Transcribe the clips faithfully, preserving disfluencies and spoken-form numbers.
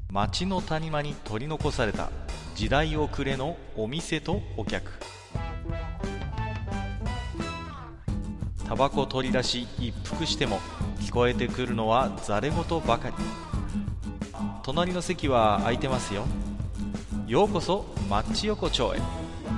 町の谷間に取り残された時代遅れのお店とお客。タバコ取り出し一服しても聞こえてくるのはざれ言ばかり。隣の席は空いてますよ。ようこそマッチ横丁へ。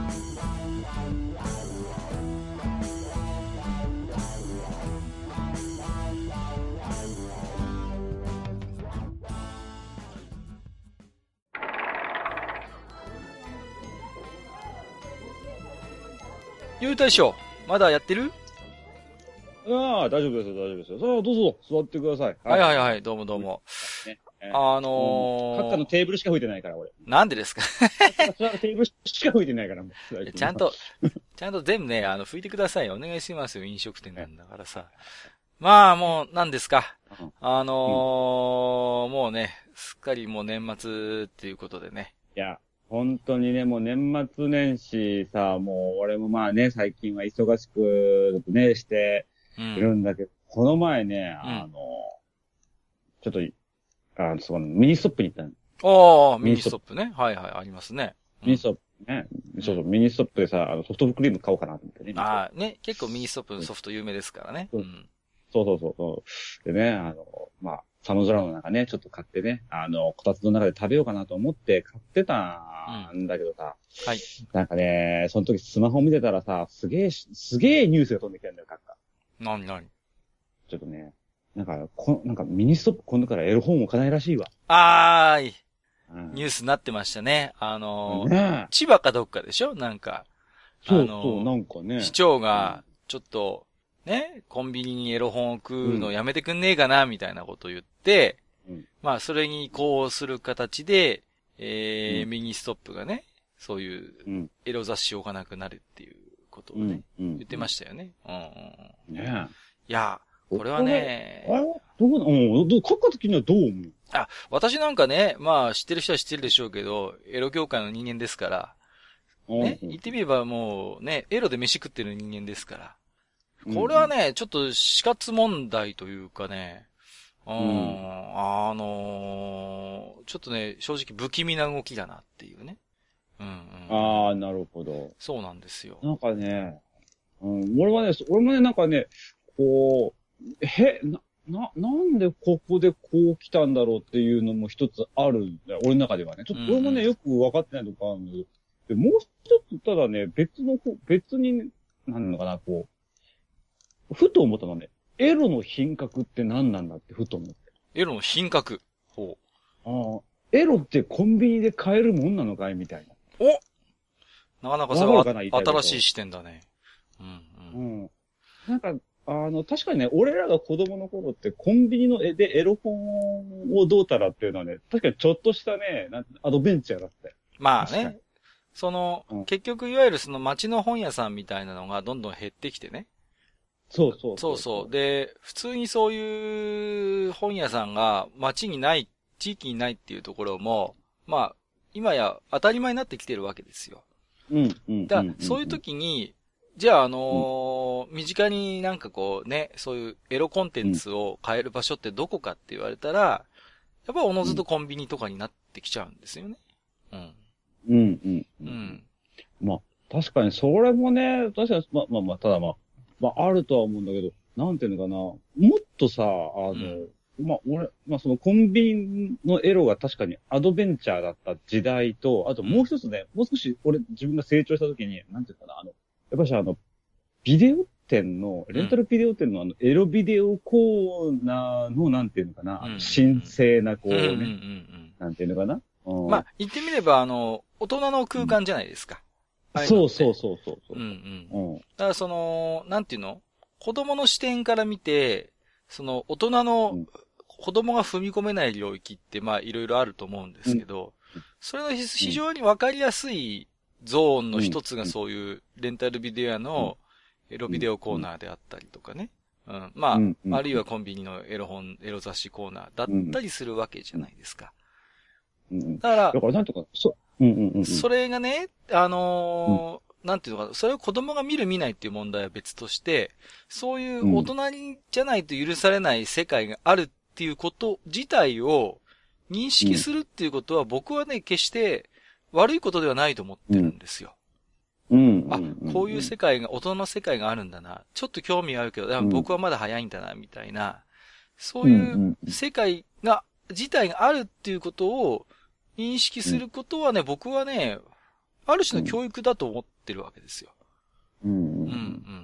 ゆう大将、まだやってる？ ああ、大丈夫ですよ、大丈夫ですよ。さあ、どうぞ、座ってください。 はいはいはい、どうもどうも。ねえー、あのー、 カッカのテーブルしか吹いてないから、俺。 なんでですか？ カッカのテーブルしか吹いてないから、もう。 ちゃんと、ちゃんと全部ね、あの、吹いてくださいよ。お願いしますよ、飲食店なんだからさ。まあ、もう、何ですか。あのー、うん、もうね、すっかりもう年末っていうことでね。 いや。本当にね、もう年末年始さ、もう俺もまあね、最近は忙しくね、しているんだけど、うん、この前ね、あの、うん、ちょっと、あの、そのミニストップに行ったの。ああ、ミニストップね。はいはい、ありますね。 うん、ミニストップね。そうそう、ミニストップでさ、あのソフトクリーム買おうかなと思ってね。 ああ、ね、結構ミニストップのソフト有名ですからね。 うん、そうそうそうそう。でね、あの、まあ、寒空の中ね、ちょっと買ってね、あの、こたつの中で食べようかなと思って買ってたんだけどさ、うん、はい。なんかね、その時スマホ見てたらさ、すげえ、すげえニュースが飛んできたんだよ、カッカ。 なになに？ ちょっとね、なんか、こ、なんかミニストップ今度からエロ本を置かないらしいわ。 あーい。うん、ニュースになってましたね。あのー、ね、千葉かどっかでしょ？なんか。 そうそう、なんかね。 市長が、ちょっと、ね、コンビニにエロ本を食うのやめてくんねえかな、みたいなことを言って、うん、まあ、それにこうする形で、えー、うん、ミニストップがね、そういうエロ雑誌を置かなくなるっていうことをね、うん、言ってましたよね。うんうん、ねいや、これはね、 あれどうなの？どう、書くときにはどう思う？ あ、私なんかね、まあ、知ってる人は知ってるでしょうけど、エロ業界の人間ですから、ね、言ってみればもうね、エロで飯食ってる人間ですから、これはね、うん、ちょっと死活問題というかね、うん、うん、あのー、ちょっとね、正直不気味な動きだなっていうね。うんうん、 ああ、なるほど。 そうなんですよ。 なんかね、うん、俺はね、俺もね、なんかね、こう、へ、な、な、なんでここでこう来たんだろうっていうのも一つあるんだよ。俺の中ではね。ちょっと俺もね、うんうん、よく分かってないとこあるんだけど、でもう一つ、ただね、別の、別に、なんのかな、こう、ふと思ったのはね、エロの品格って何なんだってふと思って。 エロの品格。ほう。ああ。エロってコンビニで買えるもんなのかいみたいな。 おなかなかそれは新しい視点だね。 うん、うん。うん。なんか、あの、確かにね、俺らが子供の頃ってコンビニの絵でエロ本をどうたらっていうのはね、確かにちょっとしたね、なんアドベンチャーだったよ。 まあね。その、うん、結局いわゆるその街の本屋さんみたいなのがどんどん減ってきてね。 そうそうそうそう。で、普通にそういう本屋さんが街にない、地域にないっていうところも、まあ、今や当たり前になってきてるわけですよ。 うん、うん。 だからそういう時に、じゃああのー、身近になんかこうね、そういうエロコンテンツを買える場所ってどこかって言われたら、やっぱおのずとコンビニとかになってきちゃうんですよね。うん。 うん、うん。うん。まあ、確かにそれもね、確かに、まあまあまあ、ただまあ、まああるとは思うんだけど、なんていうのかな、もっとさ、あの、うん、まあ俺、まあそのコンビニのエロが確かにアドベンチャーだった時代と、あともう一つね、うん、もう少し俺自分が成長した時に、なんていうかな、あの、やっぱしあの、ビデオ店の、レンタルビデオ店のあの、エロビデオコーナーの、なんていうのかな、うん、神聖なこうね、うんうんうん、なんていうのかな。 まあ、言ってみれば、あの、大人の空間じゃないですか。 うん、そうそうそうそうそう。 うんうん。うん、だからその、なんていうの？子供の視点から見て、その、大人の、うん、子供が踏み込めない領域って、まあ、いろいろあると思うんですけど、うん、それの非常にわかりやすいゾーンの一つがそういうレンタルビデオ屋のエロビデオコーナーであったりとかね。うん。まあ、うんうん、あるいはコンビニのエロ本、エロ雑誌コーナーだったりするわけじゃないですか。 うん、 だから、 だからなんとか、そ、うんうんうんうん、 それがね、あのーうん、なんていうのかな、それを子供が見る見ないっていう問題は別として、そういう大人にじゃないと許されない世界があるっていうこと自体を認識するっていうことは僕はね、決して悪いことではないと思ってるんですよ。 うん。 あ、こういう世界が、大人の世界があるんだな。ちょっと興味あるけど、でも僕はまだ早いんだな、みたいな。そういう世界が、自体があるっていうことを認識することはね、僕はね、ある種の教育だと思ってるわけですよ。 うん。うん。 うんうん。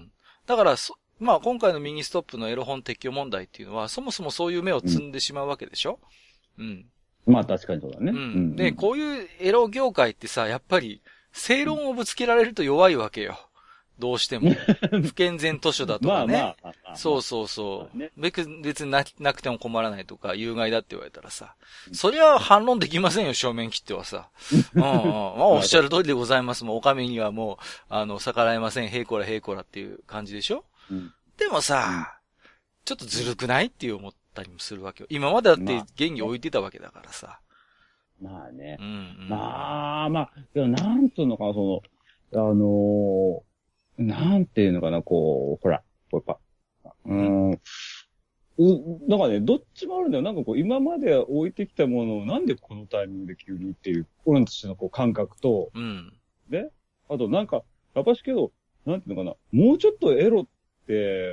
だからそ、まあ今回のミニストップのエロ本撤去問題っていうのは、そもそもそういう目を積んでしまうわけでしょ。うん。 まあ確かにそうだね。 うん。で、こういうエロ業界ってさ、やっぱり、正論をぶつけられると弱いわけよ。どうしても。不健全図書だとかね。まあまあまあ、そうそうそう。まあね、別にななくても困らないとか、有害だって言われたらさ。そりゃ反論できませんよ、正面切ってはさ。うんうん。まあおっしゃる通りでございます。もうお上にはもう、あの、逆らえません。へいこらへいこらっていう感じでしょ、うん、でもさ、うん、ちょっとずるくないっていう思ったりもするわけよ。今までだって現に置いてたわけだからさ。 まあね。 うんうん、 まあまあ、でもなんつうのかな、その、あのー、なんていうのかな、こう、ほら、こうやっぱ、うーん、う、なんかね、どっちもあるんだよ。なんかこう、今まで置いてきたものをなんでこのタイミングで急にっていう、俺としてのこう感覚と、 うん。 で、あとなんか、やっぱしけど、なんていうのかな、もうちょっとエロって、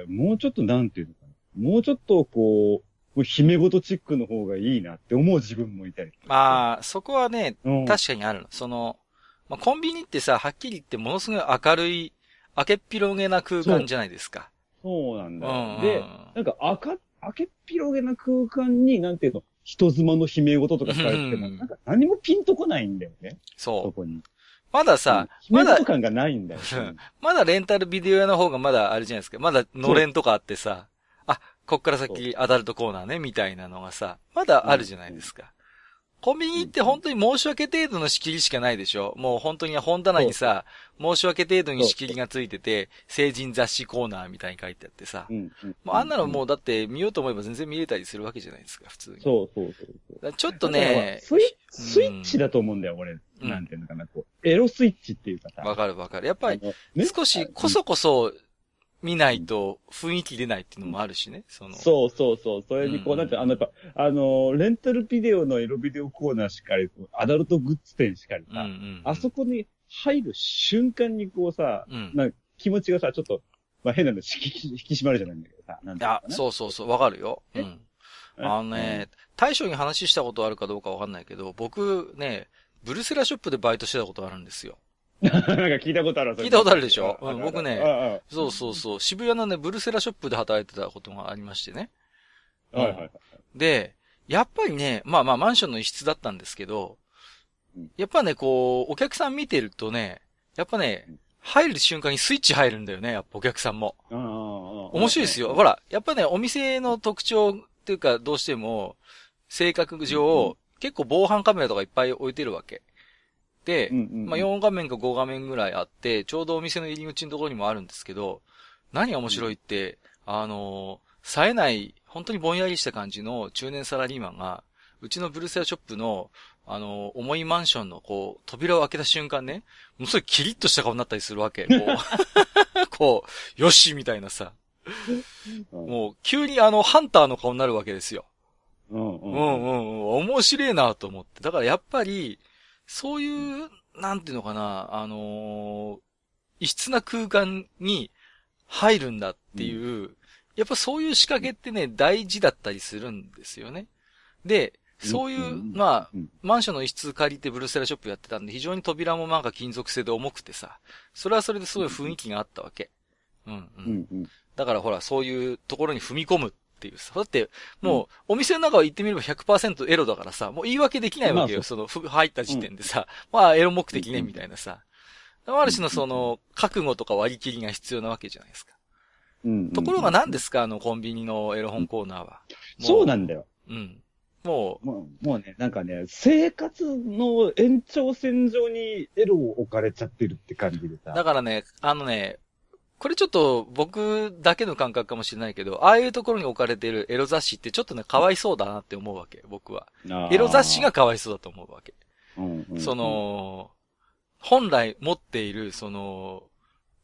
もうちょっとなんていうのかな、もうちょっとこう、もう姫ごとチックの方がいいなって思う自分もいたり。 まあ、そこはね、うん、確かにあるの。その、まあ、コンビニってさ、はっきり言ってものすごい明るい、明けっぴろげな空間じゃないですか。 そう、そうなんだよ、うんうん。で、なんか明、明けっぴろげな空間に、なんていうの、人妻の姫ごととかされても、うん、なんか何もピンとこないんだよね。 そう。 そこに。 まださ、 うん、まだ、姫ごと感がないんだよ、ね。 まだレンタルビデオ屋の方がまだあれじゃないですか。まだのれんとかあってさ、あ、こっから先アダルトコーナーね、みたいなのがさ、まだあるじゃないですか。うんうん、コンビニって本当に申し訳程度の仕切りしかないでしょ。もう本当に本棚にさ、申し訳程度に仕切りがついてて、成人雑誌コーナーみたいに書いてあってさ。うんうん、もうあんなのもうだって見ようと思えば全然見れたりするわけじゃないですか、普通に。 そうそうそうそう。 ちょっとね、 スイスイッチだと思うんだよ、俺。うん、なんていうのかな、こう。エロスイッチっていうかさ。 わかるわかる。やっぱり、少しこそこそ、見ないと雰囲気出ないっていうのもあるしね。そのそうそうそう。それにこう、うん、なんて、あの、やっぱ、あの、レンタルビデオのエロビデオコーナーしかり、アダルトグッズ店しかりさ、うんうんうん、あそこに入る瞬間にこうさ、うん、なんか気持ちがさ、ちょっと、まあ変なの引き、引き締まるじゃないんだけどさ。なんいや、そうそうそう、わかるよ。うん。あのね、うん、大将に話したことあるかどうかわかんないけど、僕ね、ブルセラショップでバイトしてたことあるんですよ。 なんか聞いたことある。 聞いたことあるでしょ、うん、僕ね、そうそうそう、渋谷のね、ブルセラショップで働いてたことがありましてね。 はいはいはい。 で、やっぱりね、まあまあマンションの一室だったんですけど、やっぱね、こう、お客さん見てるとね、やっぱね、入る瞬間にスイッチ入るんだよね、やっぱお客さんも。面白いですよ。ほら、やっぱね、お店の特徴っていうか、どうしても、性格上、結構防犯カメラとかいっぱい置いてるわけ。で、うんうんうん、まあ、よん画面かご画面ぐらいあって、ちょうどお店の入り口のところにもあるんですけど、何が面白いって、うん、あの、冴えない、本当にぼんやりした感じの中年サラリーマンが、うちのブルセラショップの、あの、重いマンションのこう、扉を開けた瞬間ね、もうすごいキリッとした顔になったりするわけ。こう、こう、よしみたいなさ。もう、急にあの、ハンターの顔になるわけですよ。うんうんうん、うん、面白いなと思って。だからやっぱり、そういう、なんていうのかな、あのー、異質な空間に入るんだっていう、うん、やっぱそういう仕掛けってね、大事だったりするんですよね。で、そういう、まあ、マンションの一室借りてブルセラショップやってたんで、非常に扉もなんか金属製で重くてさ、それはそれですごい雰囲気があったわけ。うんうん。だからほら、そういうところに踏み込むっていうさ。だって、もう、お店の中は行ってみれば ひゃくパーセント エロだからさ、もう言い訳できないわけよ。まあ、その、入った時点でさ、うん、まあ、エロ目的ね、みたいなさ。ある種のその、覚悟とか割り切りが必要なわけじゃないですか。うん、ところが何ですか、あの、コンビニのエロ本コーナーは。 そうなんだよ。 うん。もう、もう、もうね、なんかね、生活の延長線上にエロを置かれちゃってるって感じでさ。 だからね、あのね、これちょっと僕だけの感覚かもしれないけど、ああいうところに置かれているエロ雑誌ってちょっとね、かわいそうだなって思うわけ、僕は。エロ雑誌がかわいそうだと思うわけ。うんうんうん、その、本来持っている、その、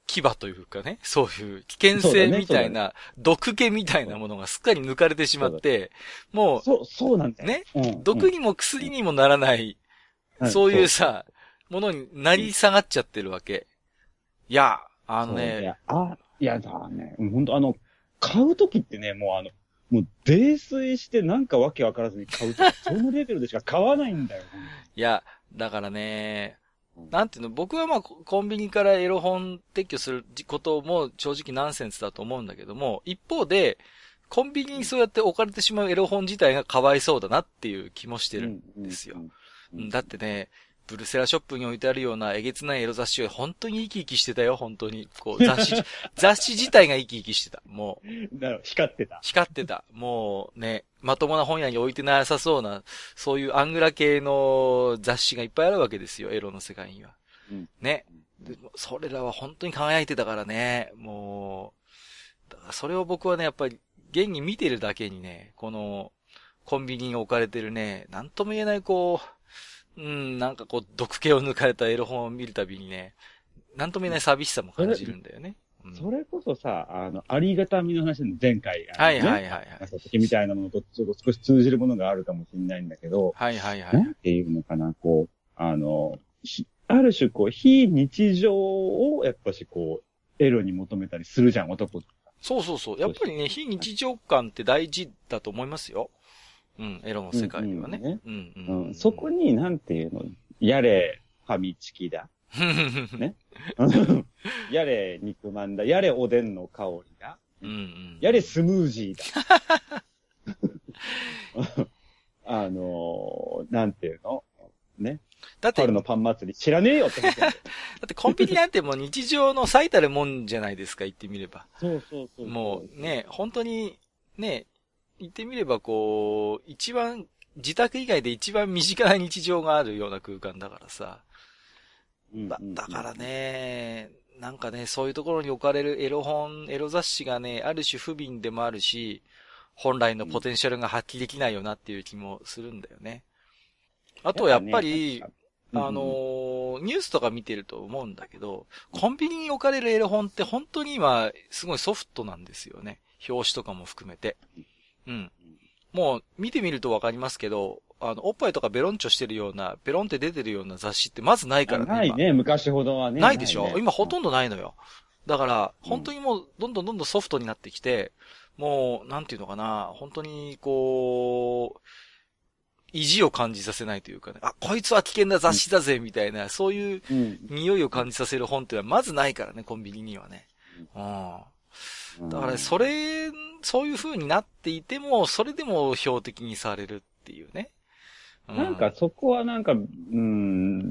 牙というかね、そういう危険性みたいな、毒気みたいなものがすっかり抜かれてしまって、もう、 そう、そうなんだよ。 ね、 うん、 毒にも薬にもならない、 うん、 そういうさ、ものになり下がっちゃってるわけ。いや、あのね。 いや、あ、いやだね。本当あの、買うときってね、もうあの、もう泥酔してなんかわけわからずに買うとき、そのレベルでしか買わないんだよ。 いや、だからね、なんていうの、僕はまあコンビニからエロ本撤去することも正直ナンセンスだと思うんだけども、一方で、コンビニにそうやって置かれてしまうエロ本自体がかわいそうだなっていう気もしてるんですよ。だってね、ブルセラショップに置いてあるようなえげつないエロ雑誌は本当に生き生きしてたよ、本当に。こう、雑誌、雑誌自体が生き生きしてた。もう。だから光ってた。 光ってた。もうね、まともな本屋に置いてなさそうな、そういうアングラ系の雑誌がいっぱいあるわけですよ、エロの世界には。うん、ね。でそれらは本当に輝いてたからね、もう、だからそれを僕はね、やっぱり、現に見てるだけにね、この、コンビニに置かれてるね、なんとも言えないこう、うん、なんかこう、毒気を抜かれたエロ本を見るたびにね、なんとも言えない寂しさも感じるんだよね。 うん、それこそさ、あの、ありがたみの話の前回、ね。 はいはいはいはい。 時みたいなものとちょっと少し通じるものがあるかもしれないんだけど、 はいはいはい。 なんていうのかな、こう、あの、ある種こう、非日常をやっぱしこう、エロに求めたりするじゃん、男。 そうそうそう。やっぱりね、非日常感って大事だと思いますよ。うん、エロの世界ではね。 うんうん、うん、そこに、なんていうの、やれ、ファミチキだ。ね。やれ、肉まんだ。やれ、おでんの香りだ。うんうん、やれ、スムージーだ。あのー、なんていうのね。だって、春のパン祭り知らねえよって言ってんだよ。 だってコンビニなんてもう日常の最たるもんじゃないですか、言ってみれば。 そうそうそうそう。 もうね、本当に、ね、言ってみればこう、一番、自宅以外で一番身近な日常があるような空間だからさ。だ、だからね、なんかね、そういうところに置かれるエロ本、エロ雑誌がね、ある種不憫でもあるし、本来のポテンシャルが発揮できないよなっていう気もするんだよね。あとやっぱり、あのー、ニュースとか見てると思うんだけど、コンビニに置かれるエロ本って本当に今、すごいソフトなんですよね。表紙とかも含めて。うん。もう、見てみるとわかりますけど、あの、おっぱいとかベロンチョしてるような、ベロンって出てるような雑誌ってまずないからね。 ないね、昔ほどはね。 ないでしょ、ね、今ほとんどないのよ。だから、本当にもう、どんどんどんどんソフトになってきて、もう、なんていうのかな、本当に、こう、意地を感じさせないというかね、あ、こいつは危険な雑誌だぜ、みたいな、うん、そういう匂いを感じさせる本っていうのはまずないからね、コンビニにはね。うん。だから、それ、そういう風になっていても、それでも標的にされるっていうね。 うん、なんかそこはなんか、うん、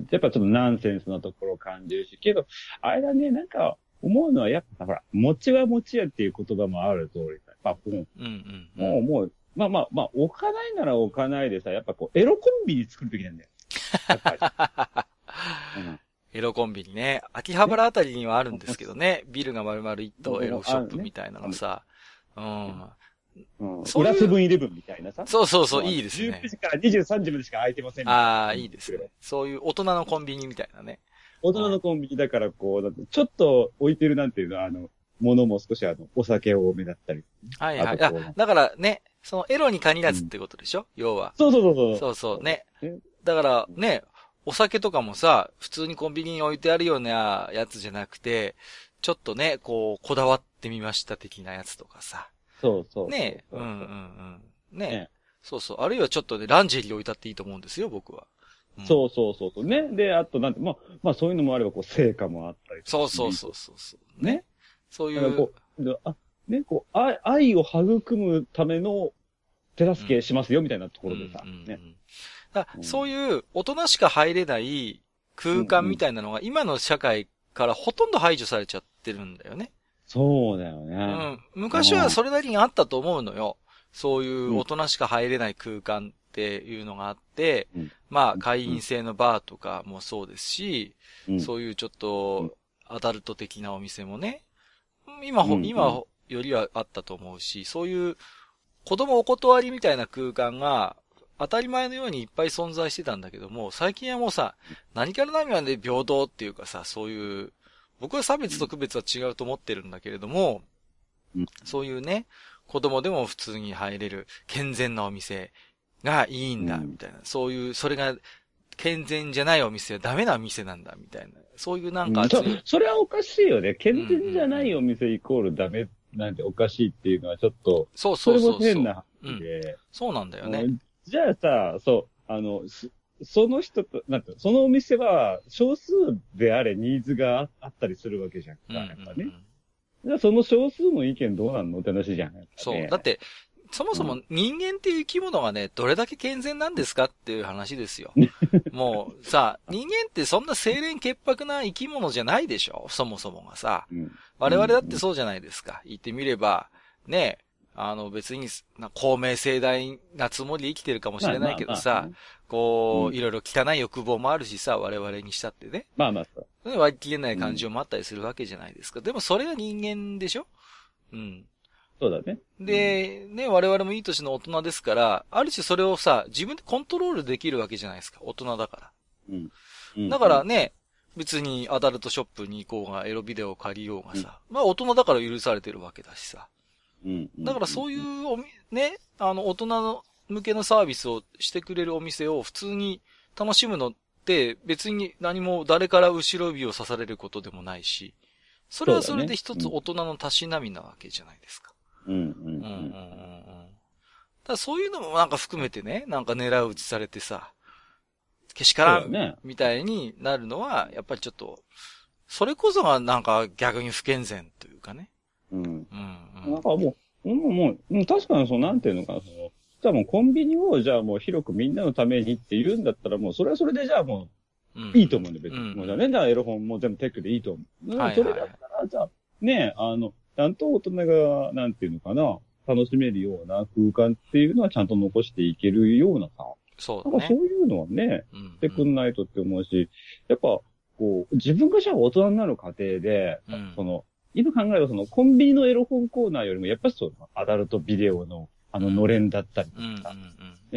やっぱちょっとナンセンスなところを感じるし、けど、あれだね、なんか思うのはやっぱほら、餅は餅やっていう言葉もある通りさ、やっぱ、うん、うんうんうん、もうもう、まあまあまあ、置かないなら置かないでさ、やっぱこう、エロコンビニ作るべきなんだよ。やっぱり。うん、エロコンビニね。秋葉原あたりにはあるんですけどね。ビルが丸々一棟エロショップみたいなのさ。うん。 うん、裏セブンイレブンみたいなさ。 そうそうそう、いいですね。 じゅうくじからにじゅうさんじまでしか空いてませんみたいな。ああ、いいですね。そういう大人のコンビニみたいなね。 大人のコンビニだからこう、ちょっと置いてるなんていうのは、あの、ものも少しあの、お酒多めだったり。 はいはい。あ、だからね、そのエロに限らずってことでしょ、うん、要は。 そうそうそうそう。 そうそうね。だからね、お酒とかもさ、普通にコンビニに置いてあるようなやつじゃなくて、ちょっとね、こう、こだわってみました的なやつとかさ。 そうそう。 ねえ、うんうんうん。ねえ、ね。そうそう。あるいはちょっとね、ランジェリー置いたっていいと思うんですよ、僕は。 うん、そうそうそうそう。ね。で、あとなんて、まあ、まあそういうのもあれば、こう、成果もあったり。 そうそうそうそうそう。ね。そういう。 こう、あ、ね、こう、愛、愛を育むための手助けしますよ、みたいなところでさ。うんうんうん、ね。 だそういう大人しか入れない空間みたいなのが今の社会からほとんど排除されちゃってるんだよね。 そうだよね。 うん。昔はそれなりにあったと思うのよ。そういう大人しか入れない空間っていうのがあって、うん、まあ会員制のバーとかもそうですし、うん、そういうちょっとアダルト的なお店もね、今、うん、今よりはあったと思うし、そういう子供お断りみたいな空間が当たり前のようにいっぱい存在してたんだけども、最近はもうさ、何から何まで平等っていうかさ、そういう僕は差別と区別は違うと思ってるんだけれども、 うん、 そういうね、子供でも普通に入れる健全なお店がいいんだ、みたいな、うん。そういう、それが健全じゃないお店はダメなお店なんだ、みたいな。そういうなんか熱い、 うん、そ、それはおかしいよね。健全じゃないお店イコールダメなんておかしいっていうのはちょっと、 そうそうそうそう。 それも変な話で、 うん。そうなんだよね。 じゃあさ、そう、あの、その人と、なんて、そのお店は少数であれニーズがあったりするわけじゃんか、やっぱね。じゃあその少数の意見どうなんのって話じゃん、ね。 そう。だって、そもそも人間っていう生き物がね、どれだけ健全なんですかっていう話ですよ。もうさ、人間ってそんな清廉潔白な生き物じゃないでしょ、そもそもがさ。うん、我々だってそうじゃないですか。言ってみれば、ね、あの別に公明正大なつもりで生きてるかもしれないけどさ、まあまあまあね、こう、うん、いろいろ汚い欲望もあるしさ、我々にしたってね。 まあまあそう。 割り切れない感情もあったりするわけじゃないですか。うん、でもそれが人間でしょ？うん。 そうだね。 で、ね、我々もいい年の大人ですから、ある種それをさ、自分でコントロールできるわけじゃないですか。大人だから。 うんうん、 だからね、別にアダルトショップに行こうが、エロビデオを借りようがさ、うん、まあ大人だから許されてるわけだしさ。 うん、 だからそういうおみ、ね、あの、大人の向けのサービスをしてくれるお店を普通に楽しむのって別に何も誰から後ろ指を刺されることでもないし、それはそれで一つ大人のたしなみなわけじゃないですか。 うんうんうんうん。 ただそういうのもなんか含めてね、なんか狙う打ちされてさ、けしからん、ね、みたいになるのは、やっぱりちょっと、それこそがなんか逆に不健全というかね。 うん。うん、うん。なんかもう、もう、もう確かにそう、なんていうのかな、その、じゃあもうコンビニを、じゃあもう広くみんなのためにって言うんだったら、もうそれはそれでじゃあもう、いいと思うんで、別に。うん、もうじゃあね、じゃあエロ本も全部テックでいいと思う。はいはい、それだったら、じゃあ、ね、あの、ちゃんと大人が、なんていうのかな、楽しめるような空間っていうのはちゃんと残していけるようなさ。 そうだね。 なんかそういうのはね、うん、してくんないとって思うし、やっぱ、こう、自分がじゃあ大人になる過程で、うん、その、今考えるとそのコンビニのエロ本コーナーよりも、やっぱりそう、アダルトビデオの、あの、のれんだったりとか、うんうんうん、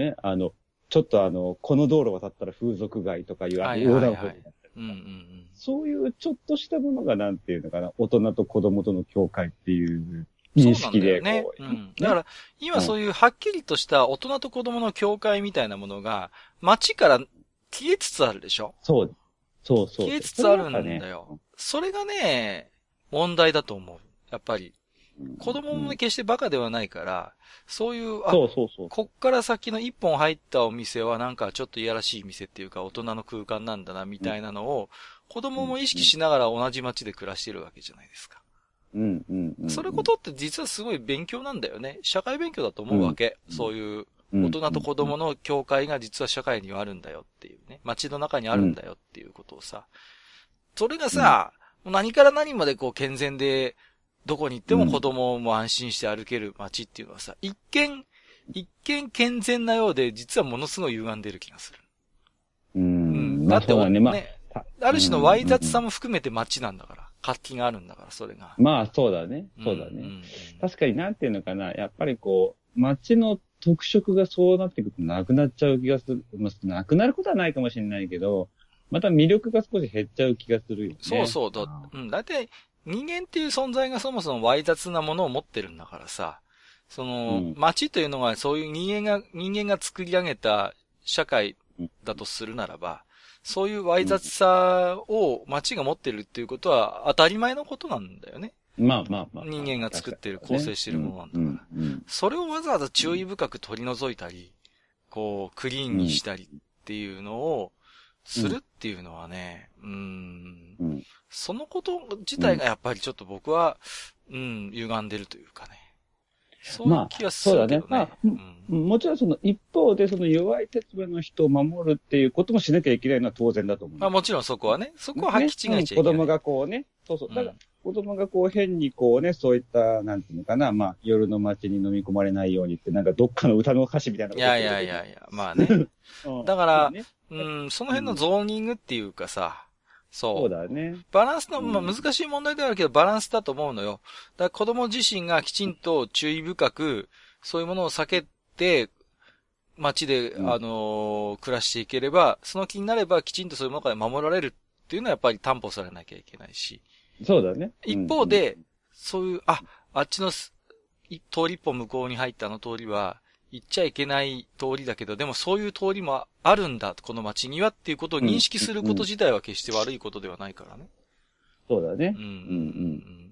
ね、あの、ちょっとあの、この道路渡ったら風俗街とかいう、あの、横断歩道だったりとか、そういうちょっとしたものがなんていうのかな、大人と子供との境界っていう認識でこう。 そうなんだよね。うん。だから、今そういうはっきりとした大人と子供の境界みたいなものが、街から消えつつあるでしょ？ そう。そうそう。 消えつつあるんだよ。それがね、問題だと思う。やっぱり。子供も決してバカではないから、そういう、あ、 そうそうそう。 こっから先の一本入ったお店はなんかちょっといやらしい店っていうか大人の空間なんだなみたいなのを、子供も意識しながら同じ街で暮らしてるわけじゃないですか。 うんうんうん。 それことって実はすごい勉強なんだよね。社会勉強だと思うわけ。うん、そういう大人と子供の境界が実は社会にはあるんだよっていうね。街の中にあるんだよっていうことをさ。それがさ、うん、何から何までこう健全で、どこに行っても子供も安心して歩ける街っていうのはさ、一見、一見健全なようで、実はものすごい歪んでる気がする。 うん。うん、 だって、 まあ、ね、まあ、 ね、ある種のわい雑さも含めて街なんだから。活気があるんだから、それが。 まあ、そうだね。そうだね。うんうんうん、確かになんていうのかな。やっぱりこう、街の特色がそうなってくるとなくなっちゃう気がする。まあ、なくなることはないかもしれないけど、また魅力が少し減っちゃう気がするよね。 そうそうだ。うん。だいたい人間っていう存在がそもそもわい雑なものを持ってるんだからさ。その、うん、街というのがそういう人間が、人間が作り上げた社会だとするならば、そういうわい雑さを街が持ってるっていうことは当たり前のことなんだよね。 まあまあまあ。 人間が作ってる、構成してるものなんだから。うんうんうん、それをわざわざ注意深く取り除いたり、こう、クリーンにしたりっていうのをするっていうのはね、うーん、うん、そのこと自体がやっぱりちょっと僕は、うん、歪んでるというかね。そういう気がするけどね。まあ、そうだね。まあ、 うん。もちろんその一方でその弱い立場の人を守るっていうこともしなきゃいけないのは当然だと思う。 まあもちろんそこはね、そこは履き違えちゃいけない。 ね、子供がこうね、そうそう。だから、子供がこう変にこうね、そういった、なんていうのかな、まあ夜の街に飲み込まれないようにって、なんかどっかの歌の歌詞みたいなこと。 いやいやいやいや、まあね。だから、ね、うん、その辺のゾーニングっていうかさ、そう。 そうだね。 バランスの、まあ、難しい問題ではあるけど、バランスだと思うのよ。だから子供自身がきちんと注意深く、そういうものを避けて、街で、うん、あのー、暮らしていければ、その気になればきちんとそういうものから守られるっていうのはやっぱり担保されなきゃいけないし。 そうだね。 一方で、うん、そういう、あ、あっちの通り一本向こうに入ったあの通りは、行っちゃいけない通りだけど、でもそういう通りもあるんだ、この街にはっていうことを認識すること自体は決して悪いことではないからね。 そうだね。 うん。うんうん。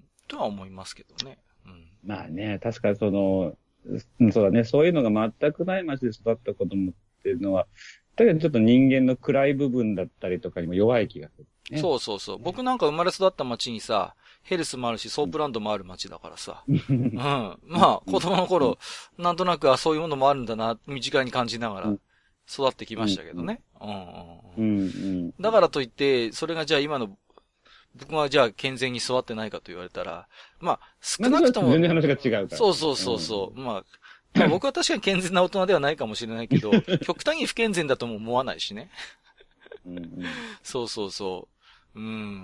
とは思いますけどね。うん。 まあね、確かにその、そうだね、そういうのが全くない街で育った子供っていうのは、だけどちょっと人間の暗い部分だったりとかにも弱い気がする、ね。 そうそうそう。僕なんか生まれ育った街にさ、ヘルスもあるし、ソープランドもある街だからさ。うん。まあ、子供の頃、なんとなく、あ、そういうものもあるんだな、身近に感じながら、育ってきましたけどね。うん。うん。だからといって、それがじゃあ今の、僕がじゃあ健全に育ってないかと言われたら、まあ、少なくとも。 全然話が違うから。 そうそうそうそう。うん、まあ、まあ僕は確かに健全な大人ではないかもしれないけど、極端に不健全だとも思わないしね。うんうん、そうそうそう。うん、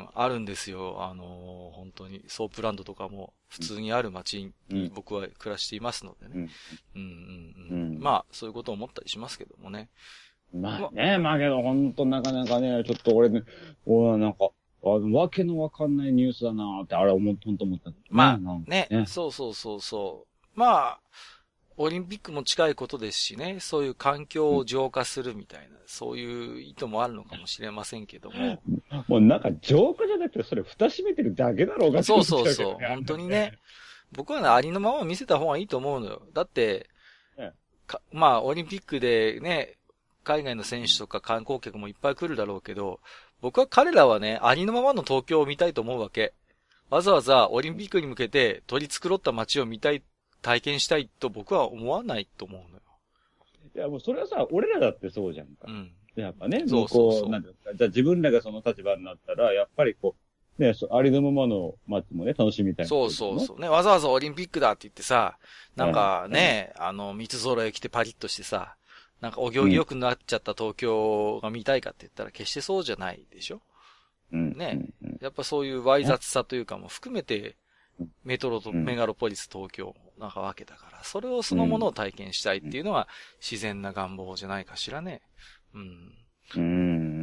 あるんですよ。あのー、本当に、ソープランドとかも普通にある街に僕は暮らしていますのでね。うん、うん、うん、うん。まあ、そういうことを思ったりしますけどもね。 まあね、まあけど本当なかなかね、ちょっと俺ね、俺はなんか、あわけのわかんないニュースだなーって、あれ思、本当思った、ね。 まあ、ね、ね、そうそうそうそう。まあ、オリンピックも近いことですしね、そういう環境を浄化するみたいな、うん、そういう意図もあるのかもしれませんけども。 もうなんか浄化じゃなくて、それ蓋閉めてるだけだろうが、 そうそうそう。本当にね。僕はね、ありのまま見せた方がいいと思うのよ。だって、ね、かまあ、オリンピックでね、海外の選手とか観光客もいっぱい来るだろうけど、僕は彼らはね、ありのままの東京を見たいと思うわけ。わざわざオリンピックに向けて取り繕った街を見たい、体験したいと僕は思わないと思うのよ。 いや、もうそれはさ、俺らだってそうじゃんか。うん。やっぱね、そうそうそう。なんですか。じゃあ自分らがその立場になったら、やっぱりこう、ね、ありのままの街もね、楽しみたいな。 そうそうそう。ね、わざわざオリンピックだって言ってさ、なんかね、うん、あの、三つ揃え着てパリッとしてさ、なんかお行儀良くなっちゃった東京が見たいかって言ったら決してそうじゃないでしょ。うん。ね、うん。やっぱそういうわい雑さというかも含めて、メトロとメガロポリス東京なんかわけだから、それをそのものを体験したいっていうのは自然な願望じゃないかしらね。うん。うん。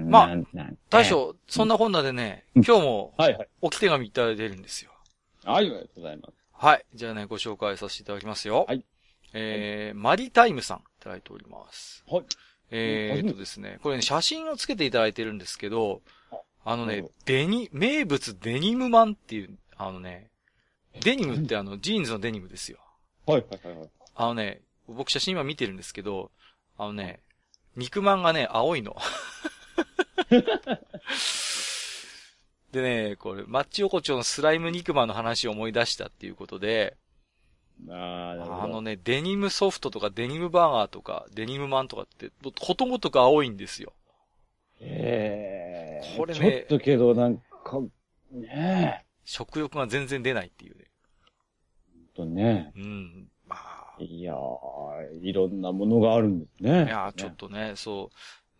まあ、大将、そんなこんなでね、今日も、置き手紙いただいてるんですよ。 はい、ありがとうございます。 はい。じゃあね、ご紹介させていただきますよ。はい。えー、マリタイムさんいただいております。はい。えーっとですね、これね、写真をつけていただいてるんですけど、あのね、デニ、名物デニムマンっていう、あのね、デニムってあの、ジーンズのデニムですよ。はいはいはいはい。あのね、僕写真今見てるんですけど、あのね、肉まんがね、青いの。でね、これ、マッチ横丁のスライム肉まんの話を思い出したっていうことで、あ, あのね、デニムソフトとかデニムバーガーとかデニムマンとかって、ことごとく青いんですよ。 ええー。これね。ちょっとけどなんか、ねえ。 食欲が全然出ないっていうね。 ほんとね。うん。まあ。いやー、いろんなものがあるんですね。 いやー、ちょっとね、そう。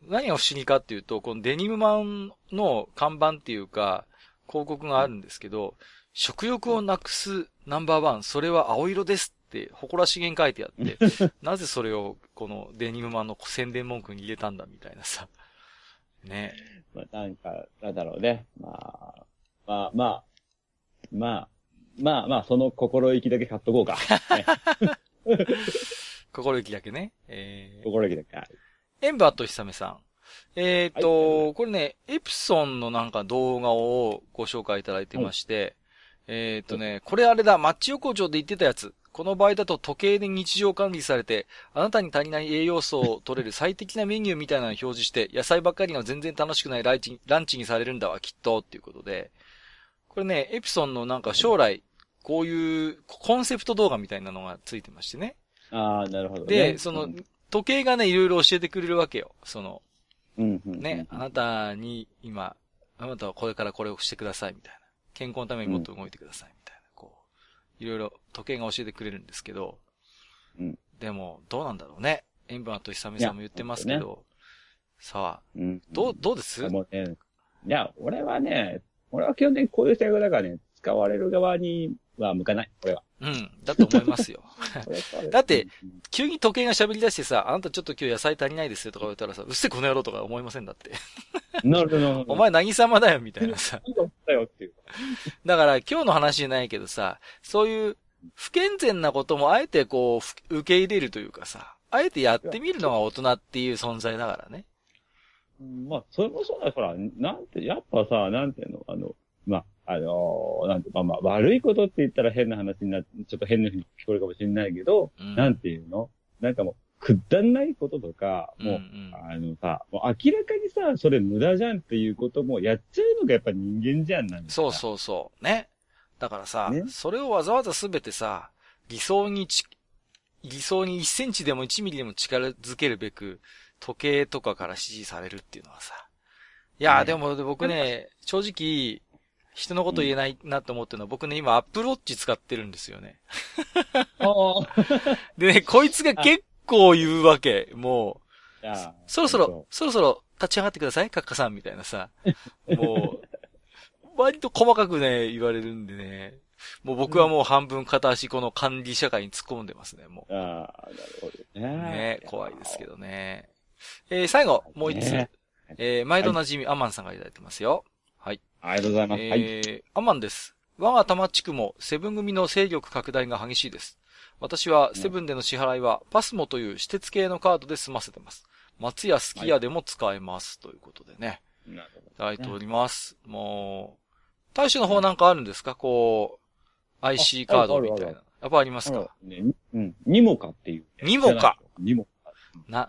何が不思議かっていうと、このデニムマンの看板っていうか、広告があるんですけど、うん、食欲をなくすナンバーワン、それは青色ですって、誇らしげに書いてあって、なぜそれをこのデニムマンの宣伝文句に入れたんだみたいなさ。ね。 まあ、なんか、なんだろうね。まあ、まあ、まあ、まあ、まあまあ、その心意気だけ買っとこうか。 ね、心意気だけね。 えー、心意気だけ。 エンバーとひさめさん。えっ、ー、と、はい、これね、エプソンのなんか動画をご紹介いただいてまして、はい、えっ、ー、とね、これあれだ、マッチ横丁で言ってたやつ。この場合だと時計で日常管理されて、あなたに足りない栄養素を取れる最適なメニューみたいなのを表示して、野菜ばっかりの全然楽しくないランチ、ランチにされるんだわ、きっと、っていうことで。これね、エプソンのなんか将来、こういうコンセプト動画みたいなのがついてましてね。 ああ、なるほど、ね。 で、その、時計がね、いろいろ教えてくれるわけよ。その、うんうんうん、ね、あなたに今、あなたはこれからこれをしてくださいみたいな。健康のためにもっと動いてくださいみたいな。こう、いろいろ時計が教えてくれるんですけど、うん、でも、どうなんだろうね。エンバーと久々さんも言ってますけど、ね、さあ、うん、どう、どうです？ もうね、いや、俺はね、俺は基本的にこういう性格だからね、使われる側には向かない、これは。 うん、だと思いますよ。だって、急に時計が喋り出してさ、あなたちょっと今日野菜足りないですよとか言ったらさ、うっせこの野郎とか思いませんだって。 なるほど、なるほど。 お前何様だよ、みたいなさ。 だよっていう。 だから今日の話じゃないけどさ、そういう不健全なこともあえてこう、受け入れるというかさ、あえてやってみるのが大人っていう存在だからね。 まあ、それもそうだ、ほら、なんて、やっぱさ、なんていうの、あの、まあ、あのー、なんて、まあまあ、悪いことって言ったら変な話になって、ちょっと変な風に聞こえるかもしれないけど、うん、なんていうのなんかもう、くだんないこととか、もう、うんうん、あのさ、もう明らかにさ、それ無駄じゃんっていうこともやっちゃうのがやっぱ人間じゃんなんそうそうそう。ね。だからさ、ね、それをわざわざすべてさ、理想にち、理想にいちセンチでもいちミリでも力づけるべく、時計とかから指示されるっていうのはさ。いやー、ね、でも僕ね、正直、人のこと言えないなと思ってるのは、僕ね、今アップルウォッチ使ってるんですよね。でね、こいつが結構言うわけ。もう、そろそろ、そろそろ立ち上がってください、カッカさんみたいなさ。もう、割と細かくね、言われるんでね。もう僕はもう半分片足この管理社会に突っ込んでますね、もう。 ああ、なるほどね。 ね、怖いですけどね。えー、最後、もう一つ。ね、えー、毎度馴染み、はい、アマンさんがいただいてますよ。はい。 ありがとうございます。 えー、はい、アマンです。我が多摩地区もセブン組の勢力拡大が激しいです。私はセブンでの支払いはパスモという私鉄系のカードで済ませてます。松屋すき家でも使えます、はい、ということでね。なるほど。いただいております。もう、大将の方なんかあるんですかこう、アイシー カードみたいな。やっぱありますかね、うん。ニモカっていう、 ね。ニモカニモカ。 な、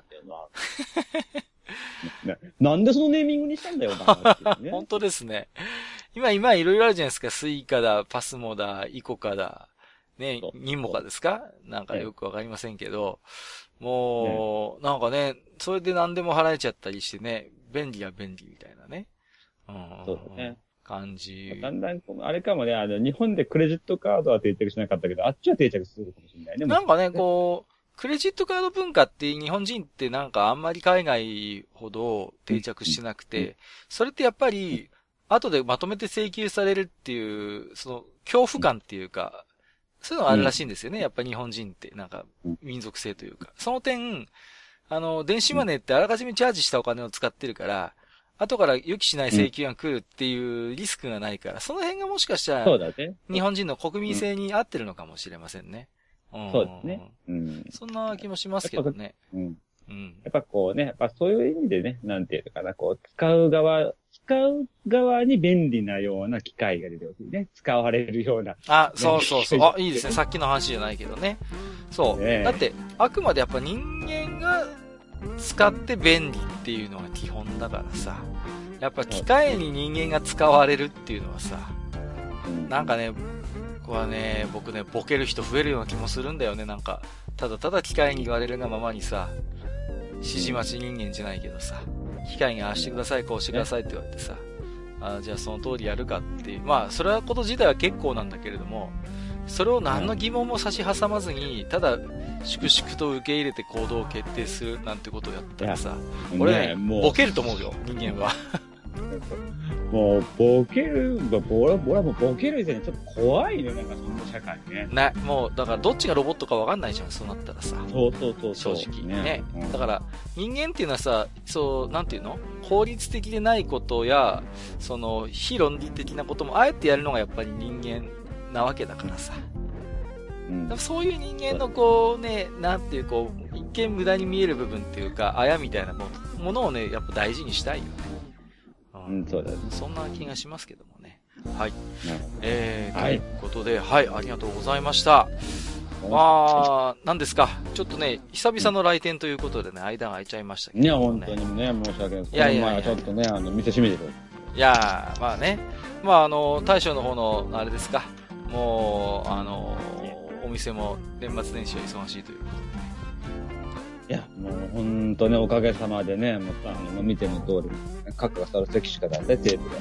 な、なんでそのネーミングにしたんだよ、 ね、本当ですね。今、今いろいろあるじゃないですか。スイカだ、パスモだ、イコカだ。ね、ニモカですかなんかよくわかりませんけど。もう、ね、なんかね、それで何でも払えちゃったりしてね、便利は便利みたいなね。うん。 そうだね。 感じ。 だんだん、あれかもね、あの、日本でクレジットカードは定着しなかったけど、あっちは定着するかもしれないね。 なんかね、こう、クレジットカード文化って日本人ってなんかあんまり海外ほど定着してなくて、うんうん、それってやっぱり、後でまとめて請求されるっていう、その恐怖感っていうか、そういうのがあるらしいんですよね。やっぱ日本人って、なんか民族性というか。その点、あの、電子マネーってあらかじめチャージしたお金を使ってるから、後から予期しない請求が来るっていうリスクがないから、その辺がもしかしたら、 そうだね。 日本人の国民性に合ってるのかもしれませんね。 うん、そうですね。うん。 そんな気もしますけどね。 うん。うん。やっぱこうね、やっぱそういう意味でね、なんていうのかな、こう、使う側、使う側に便利なような機械が出てほしいね。使われるような。 あ、そうそうそう。あ、いいですね。さっきの話じゃないけどね。そう。ね、だって、あくまでやっぱ人間が使って便利っていうのが基本だからさ。やっぱ機械に人間が使われるっていうのはさ、なんかね、僕はね、僕ね、ボケる人増えるような気もするんだよね、なんか。ただただ機械に言われるがままにさ、指示待ち人間じゃないけどさ、機械にああしてください、こうしてくださいって言われてさ、あじゃあその通りやるかっていう。まあ、それはこと自体は結構なんだけれども、それを何の疑問も差し挟まずに、ただ、粛々と受け入れて行動を決定するなんてことをやったらさ、俺ね、もうボケると思うよ、人間は。 もう、ボケる、俺はもうボケる以前にちょっと怖いね、なんかそんな社会ね。 ね、もう、だからどっちがロボットか分かんないじゃん、そうなったらさ。 そうそうそうそう。正直ね。ね、うん、だから、人間っていうのはさ、そう、なんていうの効率的でないことや、その、非論理的なこともあえてやるのがやっぱり人間なわけだからさ。うん、だからそういう人間のこうね、なんていうこう、一見無駄に見える部分っていうか、あやみたいなものをね、やっぱ大事にしたいよね。 うん、そうだね。 そんな気がしますけどもね。はい。えー、ということで、はい、ありがとうございました。まあ、何ですか。ちょっとね、久々の来店ということでね、間が空いちゃいましたけど、ね。 いや、本当にね、申し訳ないです。いやいやいや。ちょっとね、あの、店閉めてる。 いやー、まあね。まあ、あの、大将の方の、あれですか。もう、あの、お店も年末年始は忙しいということで。 いや、もう本当ね、おかげさまでね、もうあの見ての通り、各がその席しか出せテーブ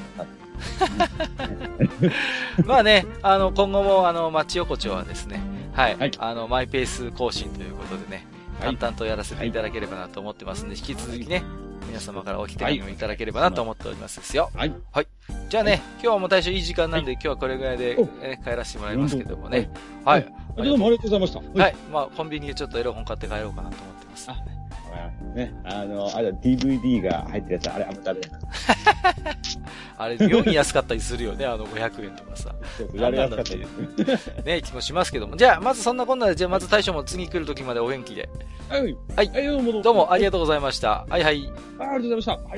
ルがまあね、あの、今後も、あの、町横丁はですね、はい、はい、あの、マイペース更新ということでね、淡々とやらせていただければなと思ってますんで、引き続きね、皆様からお来てもいただければなと思っておりますですよ。はい。はい。じゃあね、今日はもう大将いい時間なんで、今日はこれぐらいで、え帰らせてもらいますけどもね。はい。 どうもありがとうございました。 はい。まあ、コンビニでちょっとエロ本買って帰ろうかなと思ってます。あ、わかまあ、ね、あの、あれ ディーブイディー が入ってるやつ、あれあんまダメだな。 あれ、妙に安かったりするよね、あのごひゃくえんとかさ。 そうそう、やるやすかったです。 ね、気もしますけども。じゃあ、まずそんなこんなで、じゃあまず大将も次来る時までお元気で。 はい。 はい。 どうもどうも。 どうもありがとうございました。はいはい。 ありがとうございました。はい。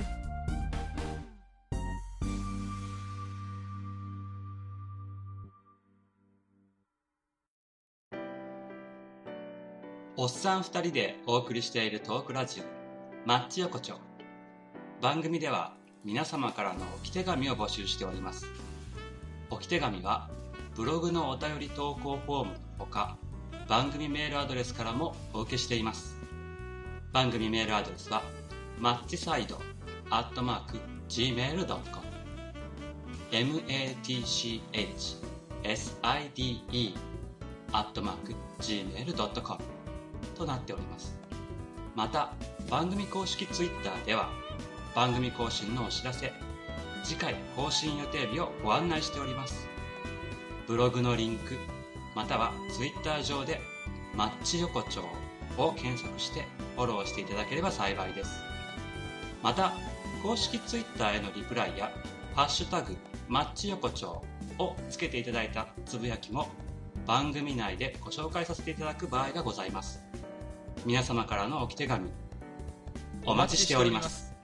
おっさん二人でお送りしているトークラジオ、マッチ横丁。番組では皆様からの置き手紙を募集しております。置き手紙はブログのお便り投稿フォームのほか、番組メールアドレスからもお受けしています。番組メールアドレスはマッチサイドアットマーク ジーメールドットコム マッチサイド アットマーク ジーメールドットコム となっております。また番組公式ツイッターでは番組更新のお知らせ、次回更新予定日をご案内しております。ブログのリンクまたはツイッター上でマッチ横丁を検索してフォローしていただければ幸いです。また公式ツイッターへのリプライやハッシュタグマッチ横丁をつけていただいたつぶやきも番組内でご紹介させていただく場合がございます。皆様からの置き手紙お待ちしております。